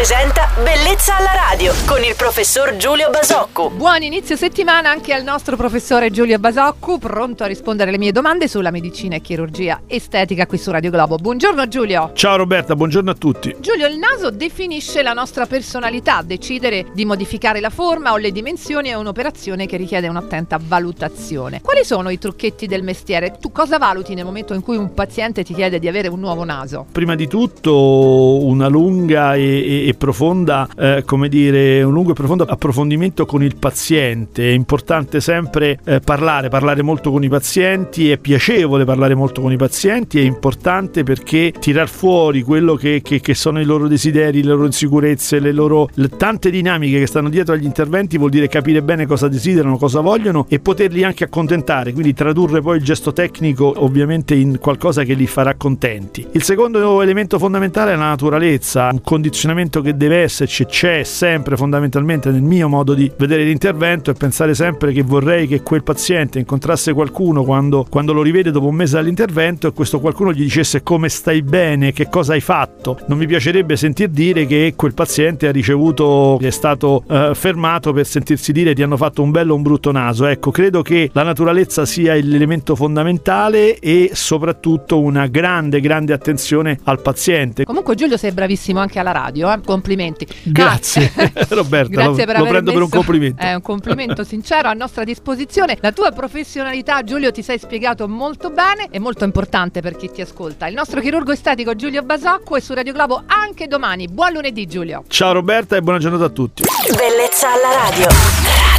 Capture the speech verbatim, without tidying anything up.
presenta Bellezza alla radio con il professor Giulio Basocco. Buon inizio settimana anche al nostro professore Giulio Basocco, pronto a rispondere alle mie domande sulla medicina e chirurgia estetica qui su Radio Globo. Buongiorno Giulio. Ciao Roberta, buongiorno a tutti. Giulio, il naso definisce la nostra personalità. Decidere di modificare la forma o le dimensioni è un'operazione che richiede un'attenta valutazione. Quali sono i trucchetti del mestiere? Tu cosa valuti nel momento in cui un paziente ti chiede di avere un nuovo naso? Prima di tutto una lunga e, e, e profonda, eh, come dire, un lungo e profondo approfondimento con il paziente. È importante sempre eh, parlare, parlare molto con i pazienti, è piacevole parlare molto con i pazienti, è importante perché tirar fuori quello che, che, che sono i loro desideri, le loro insicurezze, le loro le tante dinamiche che stanno dietro agli interventi, vuol dire capire bene cosa desiderano, cosa vogliono e poterli anche accontentare, quindi tradurre poi il gesto tecnico ovviamente in qualcosa che li farà contenti. Il secondo elemento fondamentale è la naturalezza, un condizionamento che deve esserci, c'è sempre fondamentalmente nel mio modo di vedere l'intervento, e pensare sempre che vorrei che quel paziente incontrasse qualcuno quando, quando lo rivede dopo un mese dall'intervento e questo qualcuno gli dicesse come stai bene, che cosa hai fatto. Non mi piacerebbe sentir dire che quel paziente ha ricevuto, è stato eh, fermato per sentirsi dire ti hanno fatto un bello o un brutto naso. Ecco, credo che la naturalezza sia l'elemento fondamentale e soprattutto una grande grande attenzione al paziente. Comunque Giulio sei bravissimo anche alla radio, eh? Complimenti. Grazie Roberta, Grazie lo, per lo aver prendo messo, per un complimento. È un complimento sincero a nostra disposizione. La tua professionalità, Giulio, ti sei spiegato molto bene e molto importante per chi ti ascolta. Il nostro chirurgo estetico Giulio Basocco è su Radio Globo anche domani. Buon lunedì Giulio. Ciao Roberta e buona giornata a tutti. Bellezza alla radio.